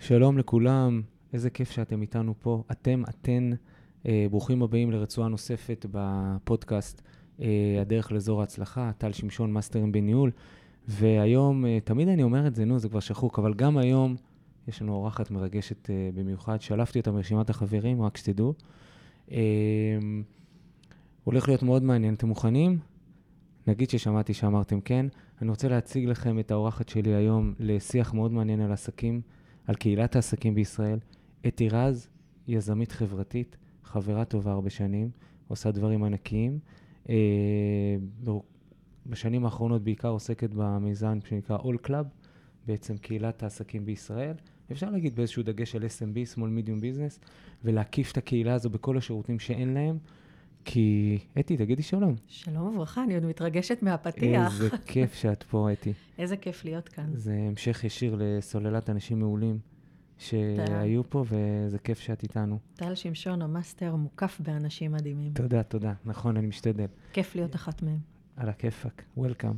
שלום לכולם, איזה כיף שאתם איתנו פה. אתן, ברוכים הבאים לרצועה נוספת בפודקאסט הדרך לאזור ההצלחה, טל שמשון, מאסטרים בניהול. והיום, תמיד אני אומר את זה, זה כבר שחוק, אבל גם היום יש לנו אורחת מרגשת במיוחד. שלפתי אותה מרשימת החברים, רק שתדעו. הולך להיות מאוד מעניין. אתם מוכנים? נגיד ששמעתי שאמרתם כן. אני רוצה להציג לכם את האורחת שלי היום לשיח מאוד מעניין על עסקים, על קהילת העסקים בישראל. אתי רז, יזמית חברתית, חברה טובה הרבה שנים, עושה דברים ענקיים. בשנים האחרונות בעיקר עוסקת במיזם שנקרא All Club, בעצם קהילת העסקים בישראל. אפשר להגיד באיזשהו דגש על SMB, Small Medium Business, ולהקיף את הקהילה הזו בכל השירותים שאין להם. כי, אתי, תגידי שלום. שלום וברכה, אני עוד מתרגשת מהפתיח. איזה כיף שאת פה, אתי. איזה כיף להיות כאן. זה המשך ישיר לסוללת אנשים מעולים שהיו פה, וזה כיף שאת איתנו. טל שמשון, המאסטר, מוקף באנשים מדהימים. תודה, תודה. נכון, אני משתדל. כיף להיות אחת מהם. על הכיפק, וולקאם.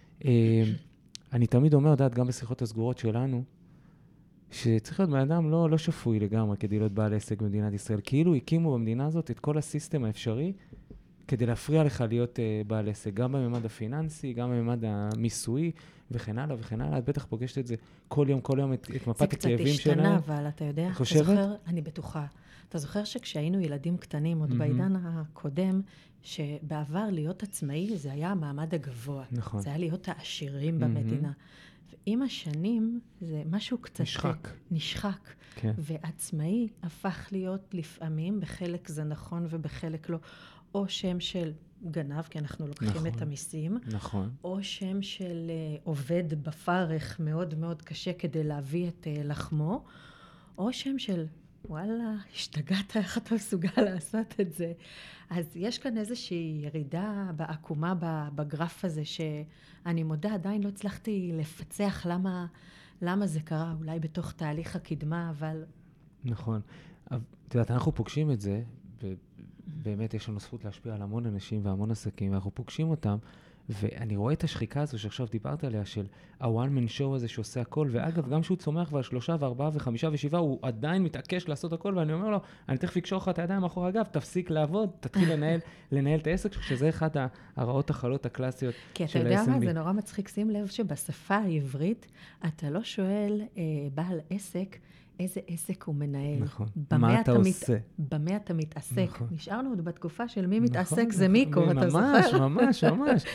אני תמיד אומר, יודעת, גם בשיחות הסגורות שלנו, שצריך להיות באדם לא שפוי לגמרי כדי להיות בעל עסק במדינת ישראל. כאילו הקימו במדינה הזאת את כל הסיסטם האפשרי, כדי להפריע לך להיות בעל עסק, גם בממד הפיננסי, גם בממד המיסוי, וכן הלאה וכן הלאה. את בטח פוגשת את זה כל יום את מפת הכאבים שלהם. זה קצת השתנה, אבל אתה יודע, אתה חושבת? זוכר, אני בטוחה. אתה זוכר שכשהיינו ילדים קטנים, עוד בעידן הקודם, שבעבר להיות עצמאי, זה היה המעמד הגבוה. נכון. זה היה להיות העשירים במדינה. ועם השנים, זה משהו קצת נשחק. כן. ועצמאי הפך להיות לפעמים, בחלק זה נכון ובחלק לא, או שם של גנב, כי אנחנו לוקחים את המיסים, או שם של עובד בפרך מאוד מאוד קשה כדי להביא את לחמו, או שם של וואלה, השתגעת, איך אתה מסוגל לעשות את זה. אז יש כאן איזושהי ירידה בעקומה בגרף הזה, שאני מודה, עדיין לא הצלחתי לפצח למה זה קרה, אולי בתוך תהליך הקדמה, אבל... נכון. את יודעת, אנחנו פוגשים את זה, ובאמת יש לנו זכות להשפיע על המון אנשים והמון עסקים, ואנחנו פוגשים אותם, ואני רואה את השחיקה הזו שעכשיו דיברת עליה, של ה-one-man show הזה שעושה הכל, ואגב, גם שהוא צומח ועל 3 ו4 ו5 ו7, הוא עדיין מתעקש לעשות הכל, ואני אומר לו, אני תכף אקשור לך את הידיים מאחורי הגב, תפסיק לעבוד, תתחיל לנהל את העסק, שזה אחד הרעות החלות הקלאסיות של ה-SMB. כי אתה יודע מה, זה נורא מצחיק, שים לב שבשפה העברית, אתה לא שואל בעל עסק, איזה עסק הוא מנהל. נכון. מה אתה עושה? במה אתה מתעסק. נכון. נשארנו עוד בתקופה של מי מתעסק, זה מיקו, אתה זוכר? ממש.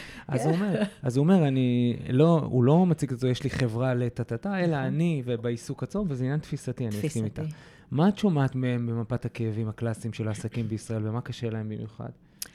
אז הוא אומר, הוא לא מציג את זה, יש לי חברה לטטטה, אלא אני ובעיסוק עצום, וזה עניין תפיסתי, אני אסכים איתה. מה את שומעת מהם במפת הכאבים הקלאסיים של העסקים בישראל, ומה קשה להם במיוחד?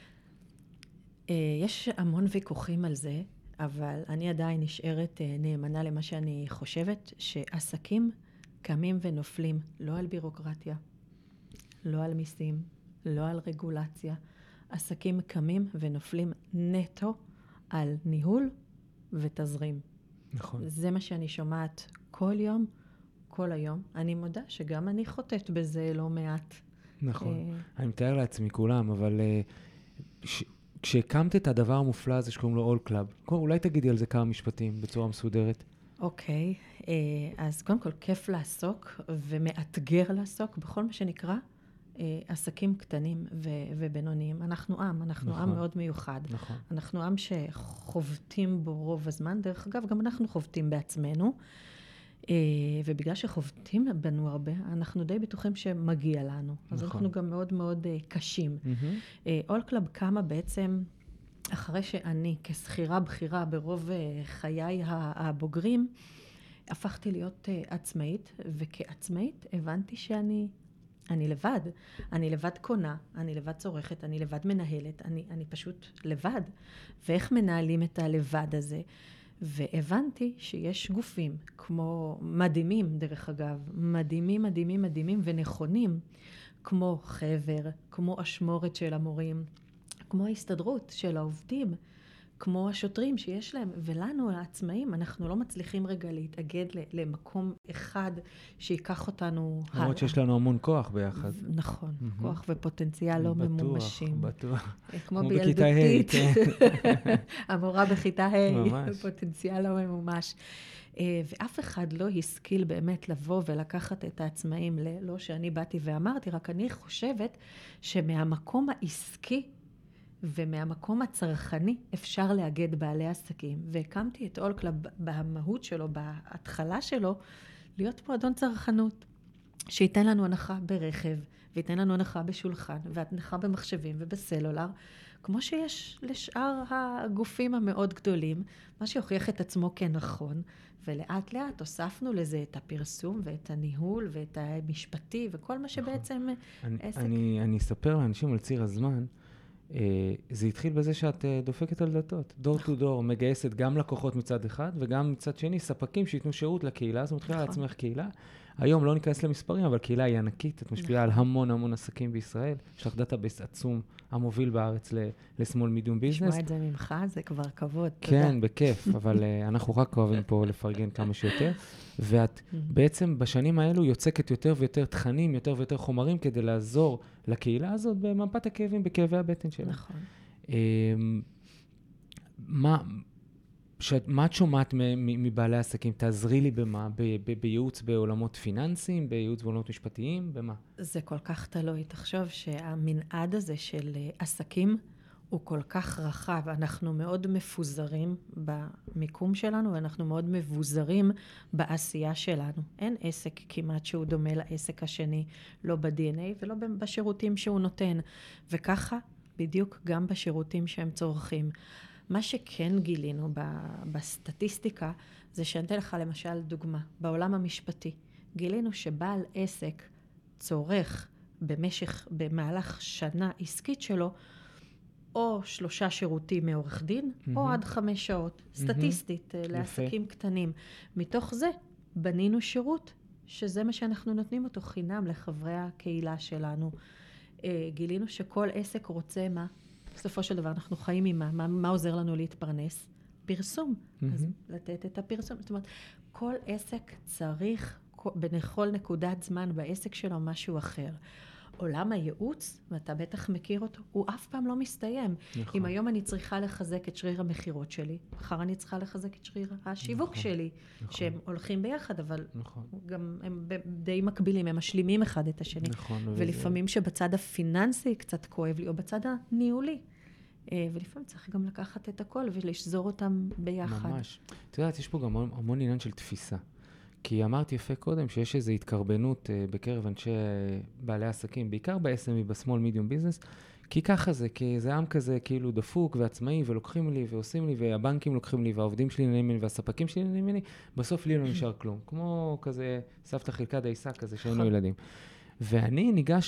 יש המון ויכוחים על זה, אבל אני עדיין נשארת נאמנה למה שאני חושבת, שעסקים קמים ונופלים, לא על בירוקרטיה, לא על מיסים, לא על רגולציה. עסקים קמים ונופלים נטו על ניהול ותזרים. נכון. זה מה שאני שומעת כל יום, כל היום. אני מודה שגם אני חוטאת בזה לא מעט. נכון. אני מתאר לעצמי כולם, אבל כשהקמת את הדבר המופלא הזה שקוראים לו All Club, אולי תגידי על זה כמה משפטים בצורה מסודרת. אוקיי, אז קודם כל כיף לעסוק ומאתגר לעסוק בכל מה שנקרא עסקים קטנים ובינוניים. אנחנו עם מאוד מיוחד. נכון. אנחנו עם שחובטים בו רוב הזמן, דרך אגב גם אנחנו חובטים בעצמנו, ובגלל שחובטים בנו הרבה, אנחנו די בטוחים שמגיע לנו. אז אנחנו גם מאוד מאוד קשים. All Club קמה בעצם... אחרי שאני כשכירה בכירה ברוב חיי הבוגרים, הפכתי להיות עצמאית, וכעצמאית הבנתי שאני לבד. אני לבד קונה, אני לבד צורכת, אני לבד מנהלת, אני פשוט לבד. ואיך מנהלים את הלבד הזה? והבנתי שיש גופים כמו מדהימים, דרך אגב, מדהימים ונכונים, כמו חבר, כמו אשמורת של המורים, כמו ההסתדרות של העובדים, כמו השוטרים שיש להם, ולנו, העצמאים, אנחנו לא מצליחים רגע להתאגד למקום אחד שיקח אותנו הלאה. למרות שיש לנו המון כוח ביחד. נכון, כוח ופוטנציאל לא ממומשים. בטוח. כמו בכיתה ה', בילדותית. כן. המורה בכיתה ה', ממש. פוטנציאל לא ממומש. ואף אחד לא השכיל באמת לבוא ולקחת את העצמאים, לא שאני באתי ואמרתי, רק אני חושבת שמהמקום העסקי ומהמקום הצרכני אפשר לאגד בעלי עסקים. והקמתי את אול קלאב במהות שלו, בהתחלה שלו, להיות מועדון צרכנות, שייתן לנו הנחה ברכב, וייתן לנו הנחה בשולחן, והנחה במחשבים ובסלולר, כמו שיש לשאר הגופים המאוד גדולים, מה שיוכיח את עצמו כנכון, ולאט לאט הוספנו לזה את הפרסום ואת הניהול ואת המשפטי וכל מה שבעצם עסק. אני אספר לאנשים על ציר הזמן, זה התחיל בזה שאת דופקת על דלתות, דור טו דור, מגייסת גם לקוחות מצד אחד, וגם מצד שני ספקים שיתנו שירות לקהילה, אז מתחילה לעצמך קהילה. היום לא ניכנס למספרים, אבל קהילה היא ענקית, את משפיעה על המון עסקים בישראל, יש לך דאטאבייס עצום, המוביל בארץ לסמול מידיום ביזנס. לשמוע את זה ממך, זה כבר כבוד, תודה. כן, בכיף, אבל אנחנו רק אוהבים פה לפרגן כמה שיותר, ואת בעצם בשנים האלו יוצקת יותר ויותר תכנים, יותר ויותר חומרים, כדי לעזור לקהילה הזאת במפת הכאבים, בכאבי הבטן שלה. נכון. מה את שומעת מבעלי עסקים? תעזרי לי במה? בייעוץ בעולמות פיננסיים, בייעוץ בעולמות משפטיים, במה? זה כל כך תלוי. תחשוב שהמנעד הזה של עסקים הוא כל כך רחב. אנחנו מאוד מפוזרים במיקום שלנו, ואנחנו מאוד מבוזרים בעשייה שלנו. אין עסק כמעט שהוא דומה לעסק השני, לא ב-DNA ולא בשירותים שהוא נותן. וככה בדיוק גם בשירותים שהם צורכים. מה שכן גילינו בסטטיסטיקה, זה שאני אתן לך למשל דוגמה. בעולם המשפטי, גילינו שבעל עסק צורך במהלך שנה עסקית שלו, או 3 שירותים מעורך דין, או עד 5 שעות. סטטיסטית, לעסקים קטנים. מתוך זה בנינו שירות, שזה מה שאנחנו נותנים אותו חינם לחברי הקהילה שלנו. גילינו שכל עסק רוצה מה? בסופו של דבר אנחנו חיים עם מה עוזר לנו להתפרנס? פרסום. אז לתת את הפרסום. זאת אומרת, כל עסק צריך בכל נקודת זמן בעסק שלו משהו אחר. עולם הייעוץ, ואתה בטח מכיר אותו, הוא אף פעם לא מסתיים. נכון. אם היום אני צריכה לחזק את שריר המחירות שלי, מחר אני צריכה לחזק את שריר השיווק נכון. שלי, נכון. שהם הולכים ביחד, אבל נכון. גם הם די מקבילים, הם משלימים אחד את השני. נכון. ולפעמים שבצד הפיננסי קצת כואב לי, או בצד הניהולי. ולפעמים צריך גם לקחת את הכל ולשזור אותם ביחד. ממש. את יודעת, יש פה גם המון עניין של תפיסה. כי אמרתי יפה קודם שיש איזו התקרבנות בקרב אנשי בעלי עסקים, בעיקר ב-SME, בסמול מידיום ביזנס, כי ככה זה, כי זה עם כזה כאילו דפוק ועצמאי, ולוקחים לי ועושים לי, והבנקים לוקחים לי, והעובדים שלי נהנים ממני, והספקים שלי נהנים ממני, בסוף לי לא נשאר כלום. כמו כזה סבתא חילקה דייסה כזה, שהיינו ילדים. ואני ניגש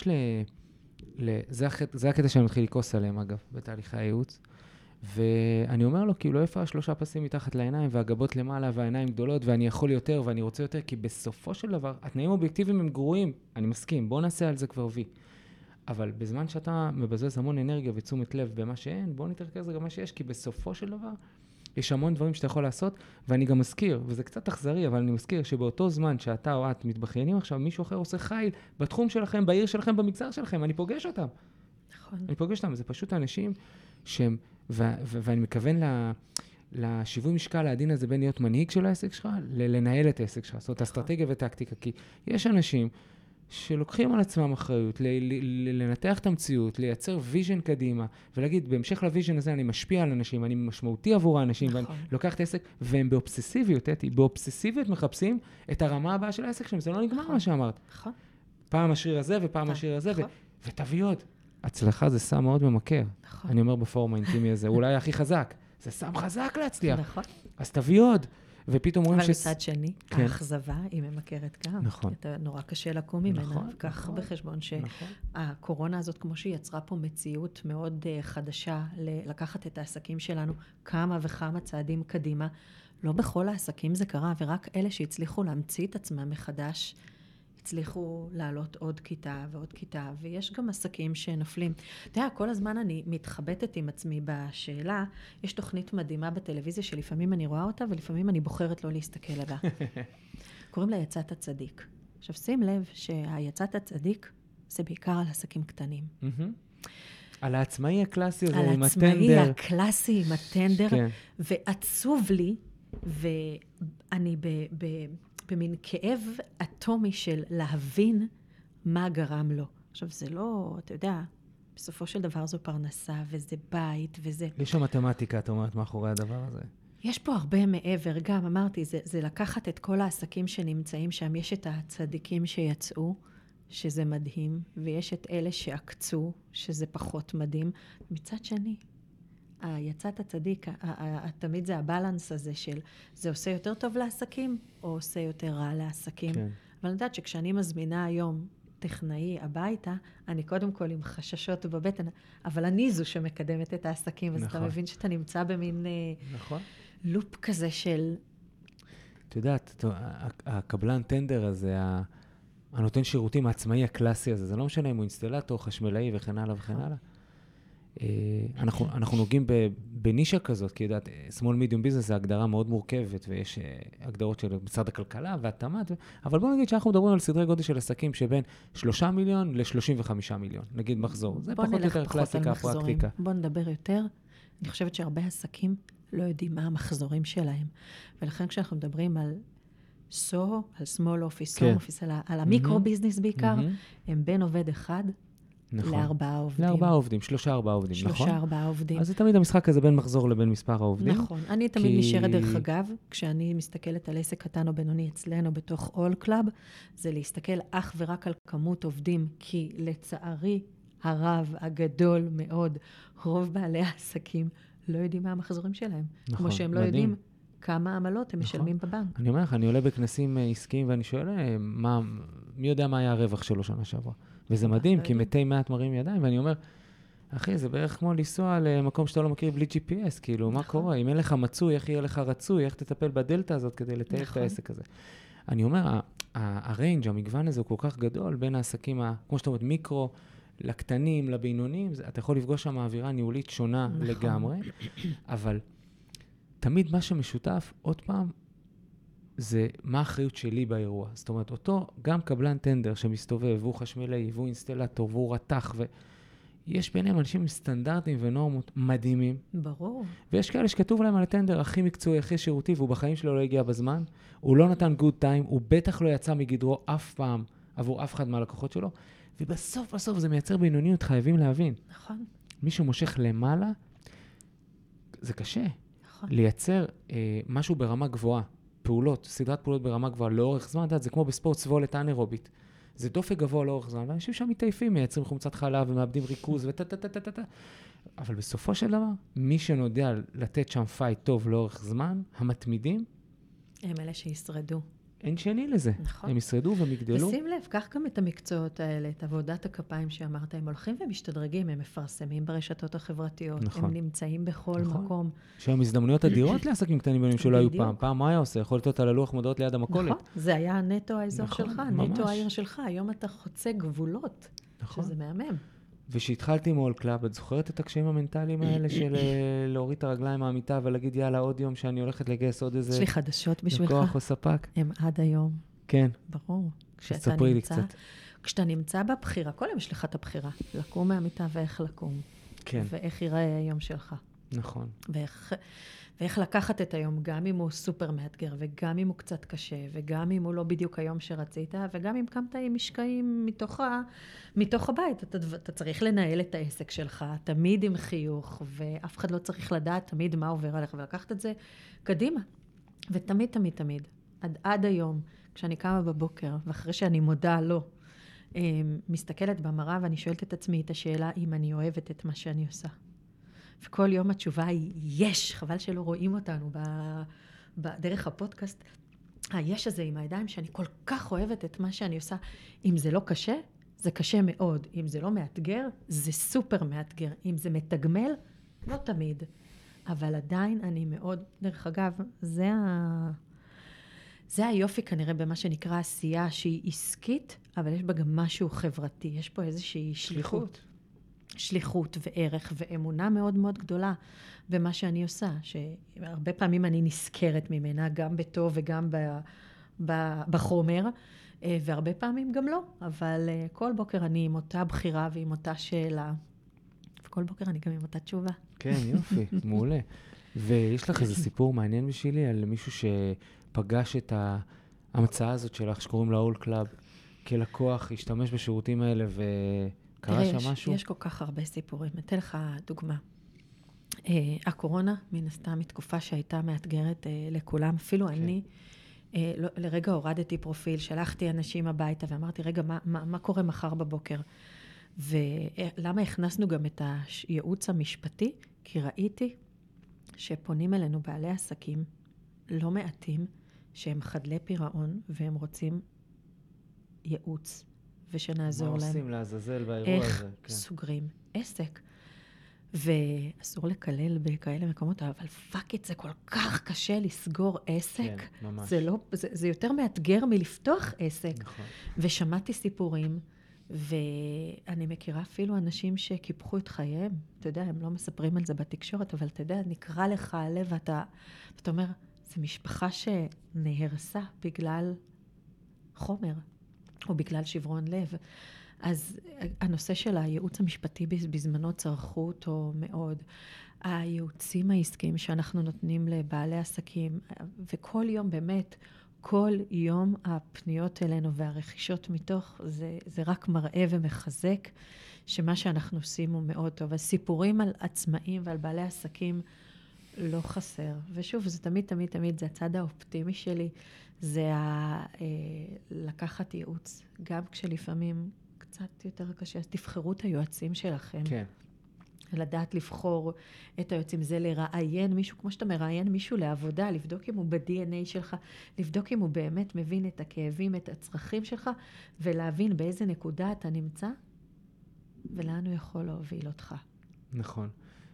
זה הקטע שאני מתחיל לקוס עליהם, אגב, בתהליכי הייעוץ. ואני אומר לו, כאילו, איפה 3 פסים מתחת לעיניים, והגבות למעלה, והעיניים גדולות, ואני יכול יותר, ואני רוצה יותר, כי בסופו של דבר, התנאים האובייקטיביים הם גרועים, אני מסכים, בוא נעשה על זה כבר וי. אבל בזמן שאתה מבזבז המון אנרגיה ותשומת לב במה שאין, בוא נתרכז גם מה שיש, כי בסופו של דבר, יש המון דברים שאתה יכול לעשות, ואני גם מזכיר, וזה קצת אכזרי, אבל אני מזכיר שבאותו זמן שאתה או את מתבחיינים עכשיו, מישהו אחר עושה חיל בתחום שלכם, בעיר שלכם, במגזר שלכם, אני פוגש אותם. נכון. אני פוגש אותם, זה פשוט האנשים שהם, ואני מכוון לשיווי משקל העדין הזה בין להיות מנהיג של העסק שלך, לנהל את העסק שלך, זאת אומרת, אסטרטגיה וטקטיקה, כי יש אנשים שלוקחים על עצמם אחריות, לנתח את המציאות, לייצר ויז'ן קדימה, ולהגיד, בהמשך לוויז'ן הזה אני משפיע על אנשים, אני משמעותי עבור האנשים, נכון. ואני לוקח את העסק, והם באובססיביות, באובססיביות מחפשים את הרמה הבאה של העסק שלהם, זה לא נגמר מה שאמרת. נכון. פעם השריר הזה ופעם השריר הזה, נכון. ותביא עוד. הצלחה זה סם מאוד ממכר. נכון. אני אומר בפורום האינטימי הזה, אולי הכי חזק. זה סם חזק להצליח. נכון. אז תביא עוד. ופתאום אומרים אבל מצד שני, כן. האכזבה היא ממכרת גם. נכון. אתה נורא קשה לקום ממנה. נכון, וכך נכון. בחשבון נכון. שהקורונה הזאת, כמו שהיא יצרה פה מציאות מאוד חדשה, לקחת את העסקים שלנו כמה וכמה צעדים קדימה, לא בכל העסקים זה קרה, ורק אלה שהצליחו להמציא את עצמם מחדש, הצליחו לעלות עוד כיתה ועוד כיתה, ויש גם עסקים שנופלים. אתה יודע, כל הזמן אני מתחבטת עם עצמי בשאלה, יש תוכנית מדהימה בטלוויזיה שלפעמים אני רואה אותה, ולפעמים אני בוחרת לא להסתכל עליה. קוראים לה יצאת הצדיק. עכשיו שים לב שהיצאת הצדיק זה בעיקר על עסקים קטנים. על העצמאי הקלאסי הזה עם הטנדר. על העצמאי הקלאסי עם הטנדר, כן. ועצוב לי, ואני במין כאב אטומי של להבין מה גרם לו. עכשיו, זה לא, אתה יודע, בסופו של דבר זו פרנסה, וזה בית, וזה... יש שם מתמטיקה, את אומרת, מאחורי הדבר הזה. יש פה הרבה מעבר, גם אמרתי, זה לקחת את כל העסקים שנמצאים שם, יש את הצדיקים שיצאו, שזה מדהים, ויש את אלה שעקצו, שזה פחות מדהים. מצד שני, יצאת הצדיק, תמיד זה הבלנס הזה של, זה עושה יותר טוב לעסקים, או עושה יותר רע לעסקים. כן. אבל אני יודעת שכשאני מזמינה היום טכנאי הביתה, אני קודם כל עם חששות בבטן, אבל אני זו שמקדמת את העסקים, אז אתה מבין שאתה נמצא במין לופ כזה של... את יודעת, הקבלן טנדר הזה, הנותן שירותים העצמאי הקלאסי הזה, זה לא משנה אם הוא אינסטלטור, חשמלאי וכן הלאה וכן הלאה. אנחנו נוגעים בנישה כזאת, כי יודעת, small medium business זה הגדרה מאוד מורכבת, ויש הגדרות של משרד הכלכלה והתמ"ת, אבל בואו נגיד שאנחנו מדברים על סדרי גודל של עסקים שבין 3 מיליון ל-35 מיליון, נגיד מחזור. זה פחות או יותר קלאסיקה, פרקטיקה. בואו נדבר יותר. אני חושבת שהרבה עסקים לא יודעים מה המחזורים שלהם, ולכן כשאנחנו מדברים על על small office, small office, על המיקרו ביזנס בעיקר, הם בין עובד אחד, נכון. 4 עובדים. 4 עובדים, 3-4 עובדים, נכון? 3-4 עובדים. אז זה תמיד המשחק הזה בין מחזור לבין מספר העובדים. נכון. אני תמיד נשארת דרך אגב, כשאני מסתכלת על עסק קטן או בינוני אצלנו בתוך All Club, זה להסתכל אך ורק על כמות עובדים, כי לצערי הרב הגדול מאוד, רוב בעלי העסקים לא יודעים מה המחזורים שלהם. נכון, כמו שהם לא יודעים כמה עמלות הם משלמים בבנק. אני אומר לך, אני עולה בכנסים עסקיים ואני שואל, מי יודע מה היה הרווח שלו שנה שעברה? וזה מדהים, כי מתי מעט מרים ידיים, ואני אומר, אחי, זה בערך כמו לנסוע למקום שאתה לא מכיר בלי GPS, כאילו, מה קורה? אם אין לך מצוי, איך יהיה לך רצוי, איך תטפל בדלטה הזאת כדי לטייל את העסק הזה? אני אומר, הריינג', המגוון הזה הוא כל כך גדול, בין העסקים, כמו שאתה אומרת, מיקרו, לקטנים, לבינונים, אתה יכול לפגוש שם האווירה ניהולית שונה לגמרי, אבל תמיד מה שמשותף, עוד פעם, זה מה האחריות שלי באירוע. זאת אומרת, אותו גם קבלן טנדר שמסתובב, והוא חשמלאי, והוא אינסטלטור, והוא רתח, ויש ביניהם אנשים עם סטנדרטים ונורמות מדהימים. ברור. ויש כאלה שכתוב להם על הטנדר הכי מקצועי, הכי שירותי, והוא בחיים שלו לא הגיע בזמן, הוא לא נתן good time, הוא בטח לא יצא מגדרו אף פעם עבור אף אחד מהלקוחות שלו, ובסוף זה מייצר בינוניות, חייבים להבין. נכון. מי שמושך למעלה, זה קשה. נכון. לייצר משהו ברמה גבוהה. פעולות, סדרת פעולות ברמה גבוהה לאורך זמן, זה כמו בספורט סבולת אנאירובית. זה דופק גבוה לאורך זמן, ואנשים שם מתעייפים, מייצרים חומצת חלב ומאבדים ריכוז וטטטטטטט. אבל בסופו של דבר, מי שנודע לתת שם פייט טוב לאורך זמן, המתמידים, הם אלה שישרדו. אין שני לזה. נכון. הם ישרדו והם יגדלו. ושים לב, קח גם את המקצועות האלה, את עבודת הכפיים שאמרת, הם הולכים ומשתדרגים, הם מפרסמים ברשתות החברתיות, נכון. הם נמצאים בכל נכון. מקום. שהיום הזדמנויות אדירות לעסקים קטנים בינוניים שלא היו פעם. פעם מה היה עושה? יכול לתת על הלוח מודעות ליד המכולת. נכון, זה היה הנטו האזור נכון, שלך, ממש. נטו העיר שלך. היום אתה חוצה גבולות, נכון. שזה מהמם. ושהתחלתי עם All Club, את זוכרת את הקשיים המנטליים האלה של להוריד את הרגליים מהמיטה ולהגיד יאללה עוד יום שאני הולכת לגייס עוד איזה... יש לי חדשות בשבילך. לקוח או ספק. הם עד היום. כן. ברור. ספרי לי קצת. כשאתה נמצא בבחירה, כל יום יש לך את הבחירה. לקום מהמיטה ואיך לקום. כן. ואיך ייראה היום שלך. נכון. ואיך לקחת את היום, גם אם הוא סופר מאתגר, וגם אם הוא קצת קשה, וגם אם הוא לא בדיוק היום שרצית, וגם אם קמת עם משקעים מתוך הבית. אתה צריך לנהל את העסק שלך, תמיד עם חיוך, ואף אחד לא צריך לדעת תמיד מה עובר עליך, ולקחת את זה קדימה. ותמיד, תמיד, תמיד, עד היום, כשאני קמה בבוקר, ואחרי שאני מודה לו, מסתכלת במראה, ואני שואלת את עצמי את השאלה, אם אני אוהבת את מה שאני עושה. וכל יום התשובה היא, יש, חבל שלא רואים אותנו בדרך הפודקאסט, יש הזה עם הידיים שאני כל כך אוהבת את מה שאני עושה. אם זה לא קשה, זה קשה מאוד. אם זה לא מאתגר, זה סופר מאתגר. אם זה מתגמל, לא תמיד. אבל עדיין אני מאוד, דרך אגב, זה היופי כנראה במה שנקרא עשייה שהיא עסקית, אבל יש בה גם משהו חברתי. יש פה איזושהי שליחות. שליחות וערך ואמונה מאוד מאוד גדולה במה שאני עושה, שהרבה פעמים אני נזכרת ממנה, גם בטוב וגם בחומר, והרבה פעמים גם לא, אבל כל בוקר אני עם אותה בחירה ועם אותה שאלה, וכל בוקר אני גם עם אותה תשובה. כן, יופי, מעולה. ויש לך איזה סיפור מעניין בשבילי על מישהו שפגש את ההמצאה הזאת שלך, שקוראים לה אול קלאב, כלקוח, השתמש בשירותים האלה וקרה שם משהו? יש כל כך הרבה סיפורים. אתן לך דוגמה. הקורונה, מן הסתם, היא תקופה שהייתה מאתגרת לכולם. אפילו אני, לרגע הורדתי פרופיל, שלחתי אנשים הביתה ואמרתי, רגע, מה קורה מחר בבוקר? ולמה הכנסנו גם את הייעוץ המשפטי? כי ראיתי שפונים אלינו בעלי עסקים לא מעטים, שהם חדלי פירעון, והם רוצים ייעוץ, ושנעזור להם. מה עושים לעזאזל באירוע הזה? איך סוגרים עסק. ואסור לקלל בכאלה מקומות, אבל פאק זה כל כך קשה לסגור עסק. כן, ממש. זה יותר מאתגר מלפתוח עסק. נכון. ושמעתי סיפורים, ואני מכירה אפילו אנשים שקיפחו את חייהם. אתה יודע, הם לא מספרים על זה בתקשורת, אבל אתה יודע, נקרא לך הלב, ואתה אומר, זו משפחה שנהרסה בגלל חומר, או בגלל שברון לב. אז הנושא של הייעוץ המשפטי בזמנו צרכו אותו מאוד. הייעוצים העסקיים שאנחנו נותנים לבעלי עסקים, וכל יום באמת, כל יום הפניות אלינו והרכישות מתוך, זה רק מראה ומחזק שמה שאנחנו עושים הוא מאוד טוב. הסיפורים על עצמאים ועל בעלי עסקים לא חסר. ושוב, זה תמיד, זה הצד האופטימי שלי, זה לקחת ייעוץ, גם כשלפעמים קצת יותר קשה, אז תבחרו את היועצים שלכם. כן. לדעת לבחור את היועצים, זה לראיין מישהו, כמו שאתה מראיין מישהו לעבודה, לבדוק אם הוא ב-DNA שלך, לבדוק אם הוא באמת מבין את הכאבים, את הצרכים שלך, ולהבין באיזה נקודה אתה נמצא, ולאן הוא יכול להוביל אותך. נכון.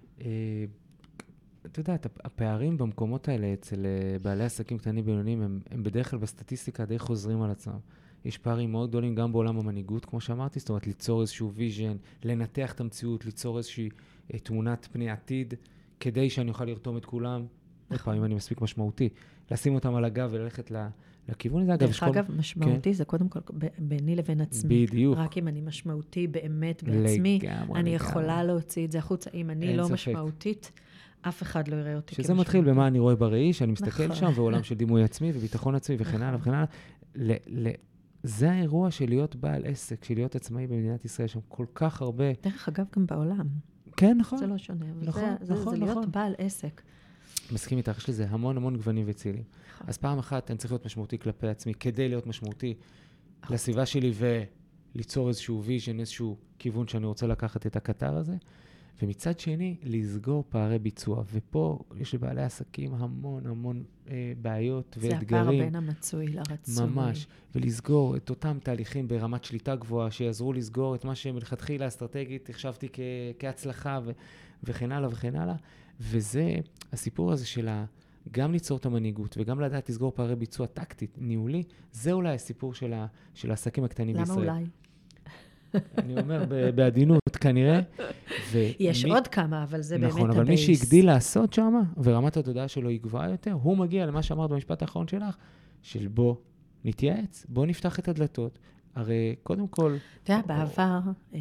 אתה יודע, הפערים במקומות האלה אצל בעלי עסקים קטנים בינוניים, הם בדרך כלל בסטטיסטיקה די חוזרים על עצמם. יש פערים מאוד גדולים גם בעולם המנהיגות, כמו שאמרתי, זאת אומרת, ליצור איזשהו ויז'ן, לנתח את המציאות, ליצור איזושהי תמונת פני עתיד, כדי שאני אוכל לרתום את כולם, עוד פעם, אם אני מספיק משמעותי, לשים אותם על הגב וללכת לכיוון הזה. דרך אגב, משמעותי זה קודם כל ביני לבין עצמי. בדיוק. רק אם אני משמעותי באמת בעצמי, אני יכולה להוציא את זה החוצה. אם אני לא משמעותית, אף אחד לא יראה אותי כמשמעותית. שזה מתחיל במה אני רואה בראי, שאני מסתכל שם, ועולם של דימוי עצמי וביטחון עצמי וכן הלאה וכן הלאה. זה האירוע של להיות בעל עסק, של להיות עצמאי במדינת ישראל, שם כל כך הרבה... דרך אגב, גם בעולם. כן, נכון. זה לא שונה, אבל נכון, זה להיות בעל עסק. מסכים איתך, יש לזה המון גוונים וצילים. אז פעם אחת אני צריך להיות משמעותי כלפי עצמי, כדי להיות משמעותי לסביבה שלי וליצור איזשהו ויז'ן, איזשהו כיוון שאני רוצה לקחת את הקטר הזה. ומצד שני, לסגור פערי ביצוע. ופה יש לבעלי עסקים המון בעיות ואתגרים. זה הפער בין המצוי לרצוי. ממש. ולסגור את אותם תהליכים ברמת שליטה גבוהה, שיעזרו לסגור את מה שמלכתחילה אסטרטגית החשבתי כהצלחה וכן הלאה וכן הלאה. וזה הסיפור הזה של גם ליצור את המנהיגות וגם לדעת לסגור פערי ביצוע טקטית, ניהולי, זה אולי הסיפור של העסקים הקטנים בישראל. למה אולי? אני אומר בעדינות, כנראה. יש עוד כמה, אבל זה באמת הבייס. נכון, אבל מי שהגדיל לעשות שם, ורמת התודעה שלו היא גבוהה יותר, הוא מגיע למה שאמרת במשפט האחרון שלך, של בוא נתייעץ, בוא נפתח את הדלתות. הרי קודם כל... אתה יודע, בעבר,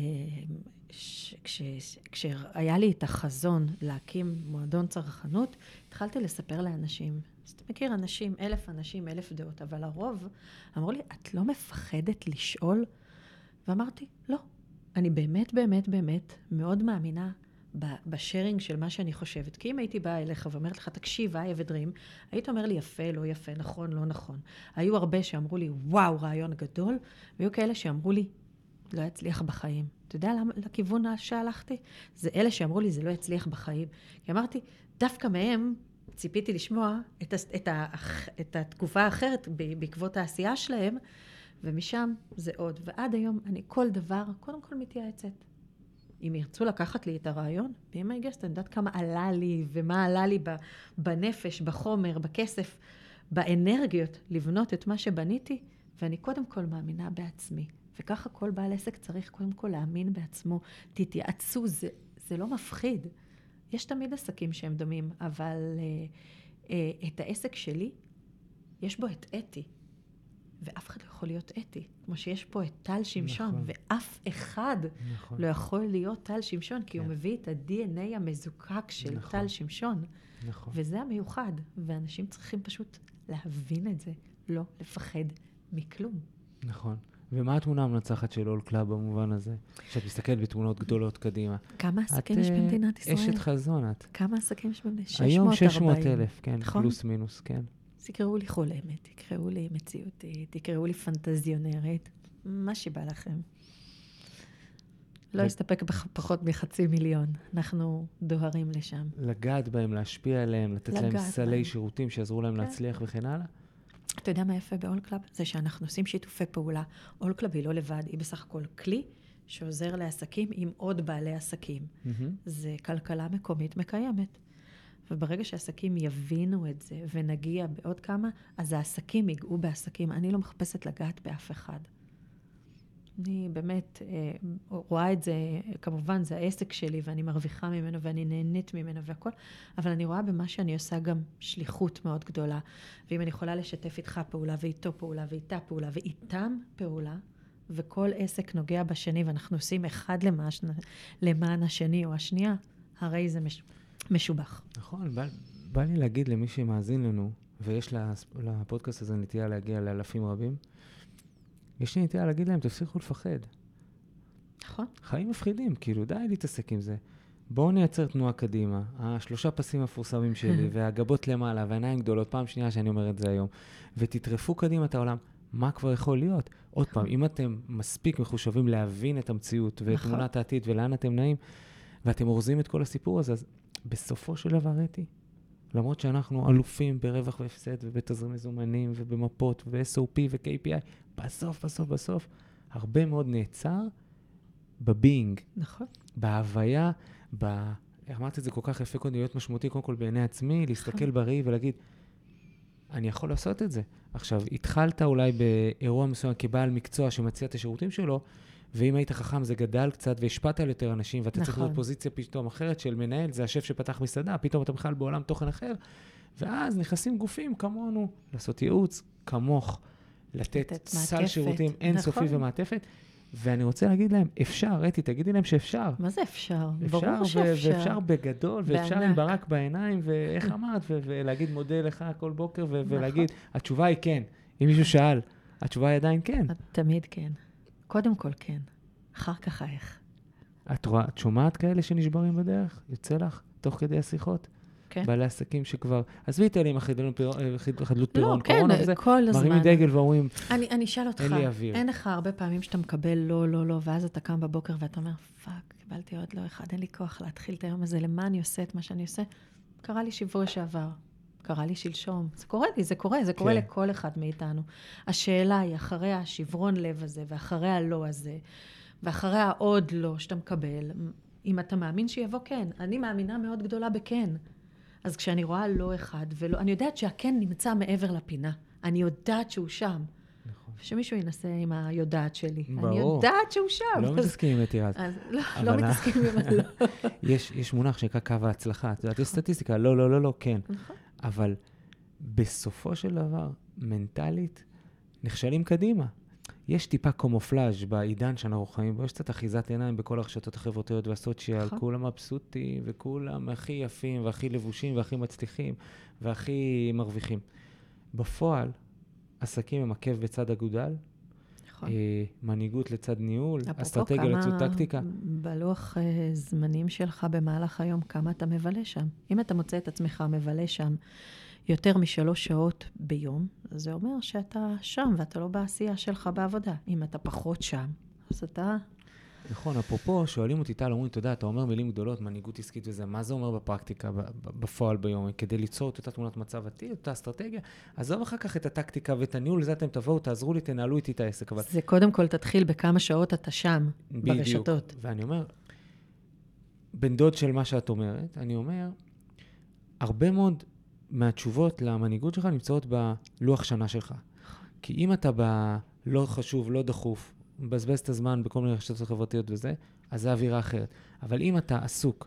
כשהיה לי את החזון להקים מועדון צרכנות, התחלתי לספר לאנשים. אז אתה מכיר אנשים, 1,000 אנשים, 1,000 דעות, אבל הרוב אמרו לי, את לא מפחדת לשאול? ואמרתי, לא. אני באמת מאוד מאמינה בשרינג של מה שאני חושבת. כי אם הייתי באה אליך ואומרת לך, תקשיב, אבד דרים, היית אומר לי יפה, לא יפה, נכון, לא נכון. היו הרבה שאמרו לי, וואו, רעיון גדול, והיו כאלה שאמרו לי, לא יצליח בחיים. אתה יודע לכיוון שהלכתי? זה אלה שאמרו לי, זה לא יצליח בחיים. כי אמרתי, דווקא מהם ציפיתי לשמוע את התגובה האחרת בעקבות העשייה שלהם, ומשם זה עוד. ועד היום אני כל דבר, קודם כל מתייעצת. אם ירצו לקחת לי את הרעיון, ואם אני יודעת כמה עלה לי, ומה עלה לי בנפש, בחומר, בכסף, באנרגיות לבנות את מה שבניתי, ואני קודם כל מאמינה בעצמי. וככה כל בעל עסק צריך קודם כל להאמין בעצמו. תתייעצו, זה לא מפחיד. יש תמיד עסקים שהם דומים, אבל את העסק שלי, יש בו את אתי. ואף אחד לא יכול להיות אתי. כמו שיש פה את טל שמשון, נכון. ואף אחד נכון. לא יכול להיות טל שמשון, כי כן. הוא מביא את ה-DNA המזוקק של נכון. טל שמשון. נכון. וזה המיוחד. ואנשים צריכים פשוט להבין את זה, לא לפחד מכלום. נכון. ומה התמונה המנצחת של אול קלאב במובן הזה? שאת מסתכלת בתמונות גדולות קדימה. כמה עסקים יש במדינת ישראל? אשת חזון את. כמה עסקים יש במדינת? 640. היום 600,000, כן, נכון? פלוס מינוס, כן. תקראו לי חולמת, תקראו לי מציאותית, תקראו לי פנטזיונרית, מה שבא לכם. לא יסתפק בפחות מ500,000, אנחנו דוהרים לשם. לגעת בהם, להשפיע עליהם, לתת להם סלי שירותים שיעזרו להם להצליח וכן הלאה? אתה יודע מה יפה באול קלאב? זה שאנחנו עושים שיתופי פעולה. אול קלאב היא לא לבד, היא בסך הכל כלי שעוזר לעסקים עם עוד בעלי עסקים. זה כלכלה מקומית מקיימת. וברגע שעסקים יבינו את זה ונגיע בעוד כמה, אז העסקים ייגעו בעסקים. אני לא מחפשת לגעת באף אחד. אני באמת רואה את זה, כמובן זה העסק שלי ואני מרוויחה ממנו ואני נהנית ממנו והכל, אבל אני רואה במה שאני עושה גם שליחות מאוד גדולה. ואם אני יכולה לשתף איתך פעולה ואיתו פעולה ואיתה פעולה ואיתם פעולה, וכל עסק נוגע בשני ואנחנו עושים אחד למען השני או השנייה, הרי זה משובח. נכון, בא לי להגיד למי שמאזין לנו, ויש לפודקאסט הזה נטייה להגיע לאלפים רבים, יש לי נטייה להגיד להם, תפסיקו לפחד. נכון. חיים מפחידים, כאילו, די להתעסק עם זה. בואו נייצר תנועה קדימה. 3 פסים המפורסמים שלי, והגבות למעלה, והעיניים גדולות, פעם שנייה שאני אומר את זה היום, ותתרפו קדימה את העולם. מה כבר יכול להיות? עוד פעם, אם אתם מספיק מחושבים להבין את המציאות, ואת תמונת העתיד, ולאן אתם נעים, ואתם אורזים את כל הסיפור הזה, אז בסופו של דבר, אתי, למרות שאנחנו אלופים ברווח והפסד, ובתזרים מזומנים, ובמפות, וב-SOP ו-KPI, בסוף, הרבה מאוד נעצר בבינג. נכון. בהוויה, אמרתי את זה כל כך יפה קודם, להיות משמעותי קודם כל בעיני עצמי, להסתכל בראי ולהגיד, אני יכול לעשות את זה. עכשיו, התחלת אולי באירוע מסוים כבעל מקצוע שמציע את השירותים שלו, ואם היית חכם זה גדל קצת והשפעת על יותר אנשים, ואתה צריך להיות פוזיציה פתאום אחרת של מנהל, זה השף שפתח מסעדה, פתאום אתה בכלל בעולם תוכן אחר, ואז נכנסים גופים כמונו, לעשות ייעוץ, כמוך, לתת סל שירותים אינסופי ומעטפת, ואני רוצה להגיד להם, אפשר, אתי, תגידי להם שאפשר. מה זה אפשר? ברור שאפשר. ואפשר בגדול, ואפשר עם ברק בעיניים, ואיך אמרת, ולהגיד מודה לך כל בוקר, ולהגיד, התשובה היא כן. אם מישהו שאל, התשובה היא עדיין כן. תמיד כן. קודם כל כן. אחר כך איך. את שומעת כאלה שנשברים בדרך? יוצא לך? תוך כדי השיחות? כן. בעלי עסקים שכבר, עזבי את אלה עם חדלות פירעון, קורונה וזה, מרימים דגל ואומרים, אני אשאל אותך, אין לך הרבה פעמים שאתה מקבל לא, ואז אתה קם בבוקר ואתה אומר, פאק, קיבלתי עוד לא אחד, אין לי כוח להתחיל את היום הזה, למה אני עושה את מה שאני עושה? קרה לי שבוע שעבר, קרה לי שלשום, זה קורה לי, זה קורה לכל אחד מאיתנו. השאלה היא, אחרי השברון לב הזה, ואחרי הלא הזה, ואחרי העוד לא שאתה מקבל, אם אתה מאמין שיבוא כן, אני מאמינה מאוד גדולה בכן. אז כשאני רואה לא אחד, אני יודעת שהכן נמצא מעבר לפינה. אני יודעת שהוא שם. נכון. ושמישהו ינסה עם היודעת שלי. ברור. אני יודעת שהוא שם. לא מתעסקים עם אתי אז. לא מתעסקים עם הלא. יש מונח שנקרא קו ההצלחה. את יודעת, יש סטטיסטיקה, לא, כן. נכון. אבל בסופו של דבר, מנטלית, נכשלים קדימה. יש טיפה קומופלאז' בעידן שאנחנו חיים בו, יש קצת אחיזת עיניים בכל הרשתות החברתיות והסוציאל, כולם מבסוטים וכולם הכי יפים והכי לבושים והכי מצליחים והכי מרוויחים. בפועל, עסקים הם עקב בצד אגודל, מנהיגות לצד ניהול, אסטרטגיה לצד טקטיקה. בלוח זמנים שלך במהלך היום, כמה אתה מבלה שם? אם אתה מוצא את עצמך מבלה שם יותר מ3 שעות ביום, זה אומר שאתה שם ואתה לא בעשייה שלך בעבודה. אם אתה פחות שם, אז אתה... נכון, אפרופו, שואלים אותי, אומרים, תודה, אתה אומר מילים גדולות, מנהיגות עסקית וזה, מה זה אומר בפרקטיקה, בפועל ביום, כדי ליצור את אותה תמונת מצב עתיד, אותה אסטרטגיה, עזוב אחר כך את הטקטיקה ואת הניהול, לזה אתם תבואו, תעזרו לי, תנהלו איתי את העסק. אבל... זה קודם כל תתחיל בכמה שעות אתה שם, ברשתות. בדיוק, ואני אומר, בן דוד של מה שאת אומרת, אני אומר, הרבה מאוד מהתשובות למנהיגות שלך נמצאות בלוח שנה שלך. כי אם אתה לא חשוב, לא דחוף, מבזבז את הזמן בכל מיני רשתות חברתיות וזה, אז זה אווירה אחרת. אבל אם אתה עסוק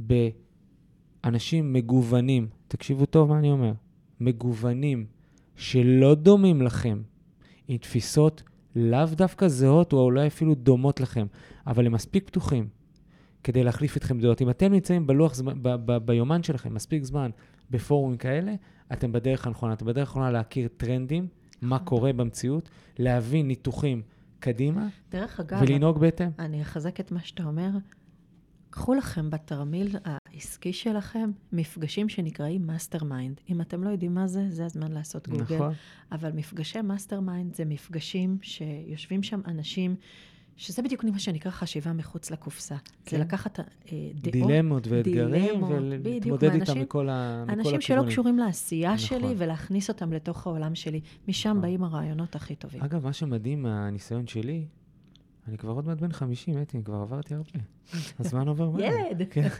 באנשים מגוונים, תקשיבו טוב מה אני אומר, מגוונים שלא דומים לכם, עם תפיסות לאו דווקא זהות או אולי אפילו דומות לכם, אבל הם מספיק פתוחים כדי להחליף אתכם דעות. אם אתם נמצאים בלוח זמן, ביומן שלכם, מספיק זמן בפורומים כאלה, אתם בדרך הנכונה. אתם בדרך הנכונה להכיר טרנדים, מה קורה במציאות, להבין ניתוחים קדימה, דרך אגב, ולנהוג בהתאם. אני אחזק את מה שאתה אומר. קחו לכם בתרמיל העסקי שלכם מפגשים שנקראים מאסטר מיינד. אם אתם לא יודעים מה זה, זה הזמן לעשות גוגל. נכון. אבל מפגשי מאסטר מיינד זה מפגשים שיושבים שם אנשים, שזה בדיוק מה שנקרא חשיבה מחוץ לקופסה. כן. זה לקחת דעות, דילמות ואתגרים, ולהתמודד איתם מכל הכיוונים. אנשים שלא קשורים לעשייה נכון. שלי, ולהכניס אותם לתוך העולם שלי. משם נכון. באים הרעיונות הכי טובים. אגב, מה שמדהים מהניסיון שלי, אני כבר עוד מעט בן 50, אני כבר עברתי הרבה. הזמן עובר מהר. ילד.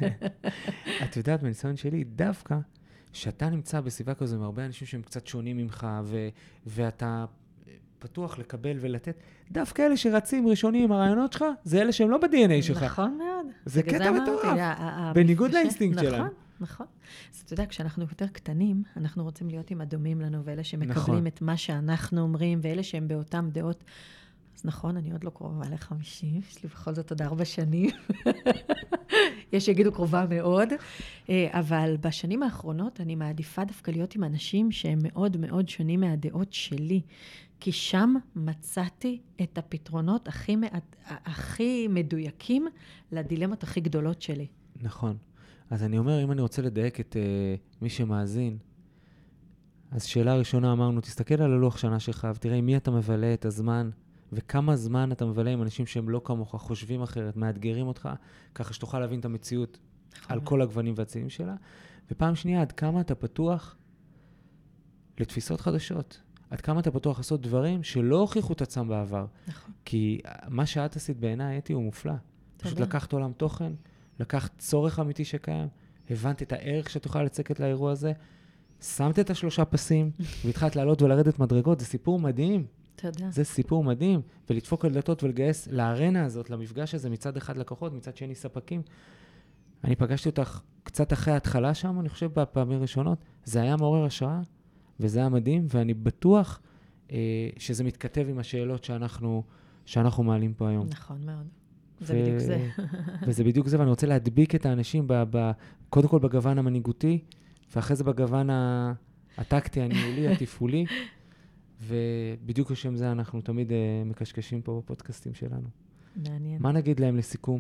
את יודעת, בניסיון שלי, דווקא שאתה נמצא בסביבה כזו עם הרבה אנשים שהם קצת שונים ממך, ואתה פתוח לקבל ולתת, דווקא אלה שרצים ראשונים עם הרעיונות שלך, זה אלה שהם לא ב-DNA שלך. נכון מאוד. זה קטע מטורף. בניגוד לאינסטינקט שלהם. נכון. אז אתה יודע, כשאנחנו יותר קטנים, אנחנו רוצים להיות עם הדומים לנו, ואלה שמקבלים את מה שאנחנו אומרים, ואלה שהם באותם דעות. אז נכון, אני עוד לא קרובה ל-50, יש לי בכל זאת עוד 4 שנים. יש שיגידו קרובה מאוד. אבל בשנים האחרונות אני מעדיפה דווקא להיות עם אנשים שהם מאוד מאוד שונים מהדעות שלי. כי שם מצאתי את הפתרונות הכי מדויקים לדילמות הכי גדולות שלי. נכון. אז אני אומר, אם אני רוצה לדייק את מי שמאזין, אז שאלה ראשונה אמרנו, תסתכל על הלוח שנה שלך, ותראה מי אתה מבלה את הזמן, וכמה זמן אתה מבלה עם אנשים שהם לא כמוך, חושבים אחרת, מאתגרים אותך, ככה שתוכל להבין את המציאות על כל הגוונים והצבעים שלה. ופעם שנייה, עד כמה אתה פתוח לתפיסות חדשות. עד כמה אתה פתוח לעשות דברים שלא הוכיחו את עצמם בעבר. נכון. כי מה שאת עשית בעיניי, אתי, הוא מופלא. פשוט לקחת עולם תוכן, לקחת צורך אמיתי שקיים, הבנת את הערך שאת יכולה לצקת לאירוע הזה, שמת את 3 פסים, והתחלת לעלות ולרדת מדרגות. זה סיפור מדהים. תודה. זה סיפור מדהים. ולדפוק על דלתות ולגייס לארנה הזאת, למפגש הזה, מצד אחד לקוחות, מצד שני ספקים. אני פגשתי אותך קצת אחרי ההתחלה שם, אני חושב, בפעמים ראשונות. זה היה מעורר השראה, וזה היה מדהים, ואני בטוח שזה מתכתב עם השאלות שאנחנו מעלים פה היום. נכון מאוד. זה בדיוק זה. וזה בדיוק זה, ואני רוצה להדביק את האנשים קודם כל בגוון המנהיגותי, ואחרי זה בגוון הטקטי, הניהולי, התפעולי, ובדיוק לשם זה אנחנו תמיד מקשקשים פה בפודקאסטים שלנו. מעניין. מה נגיד להם לסיכום?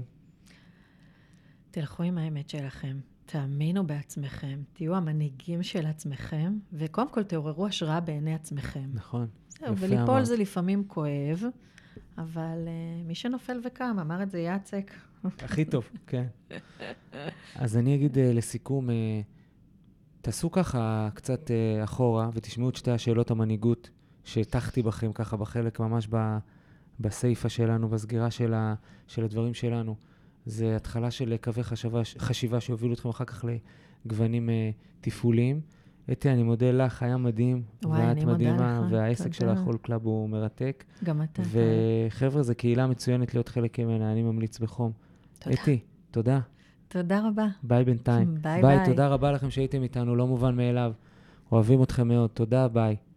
תלכו עם האמת שלכם, תאמינו בעצמכם, תהיו המנהיגים של עצמכם, וקודם כל תעוררו השראה בעיני עצמכם. נכון. זהו, וליפול זה לפעמים כואב, אבל מי שנופל וקם, אמר את זה יעצק. הכי טוב, כן. אז אני אגיד לסיכום, תעשו ככה קצת אחורה, ותשמעו את 2 השאלות המנהיגות שהתחתי בכם ככה בחלק ממש בסייפה שלנו, בסגירה של הדברים שלנו. זה התחלה של קווי חשיבה שהובילו אתכם אחר כך לגוונים תפעוליים. אתי, אני מודה לך, היה מדהים, ואת מדהימה, והעסק של החול קלאב הוא מרתק. גם אתה. וחבר'ה, זו קהילה מצוינת להיות חלק ממנה, אני ממליץ בחום. תודה. אתי, תודה. תודה רבה. ביי בינתיים. ביי. תודה רבה לכם שהייתם איתנו, לא מובן מאליו. אוהבים אתכם מאוד, תודה, ביי.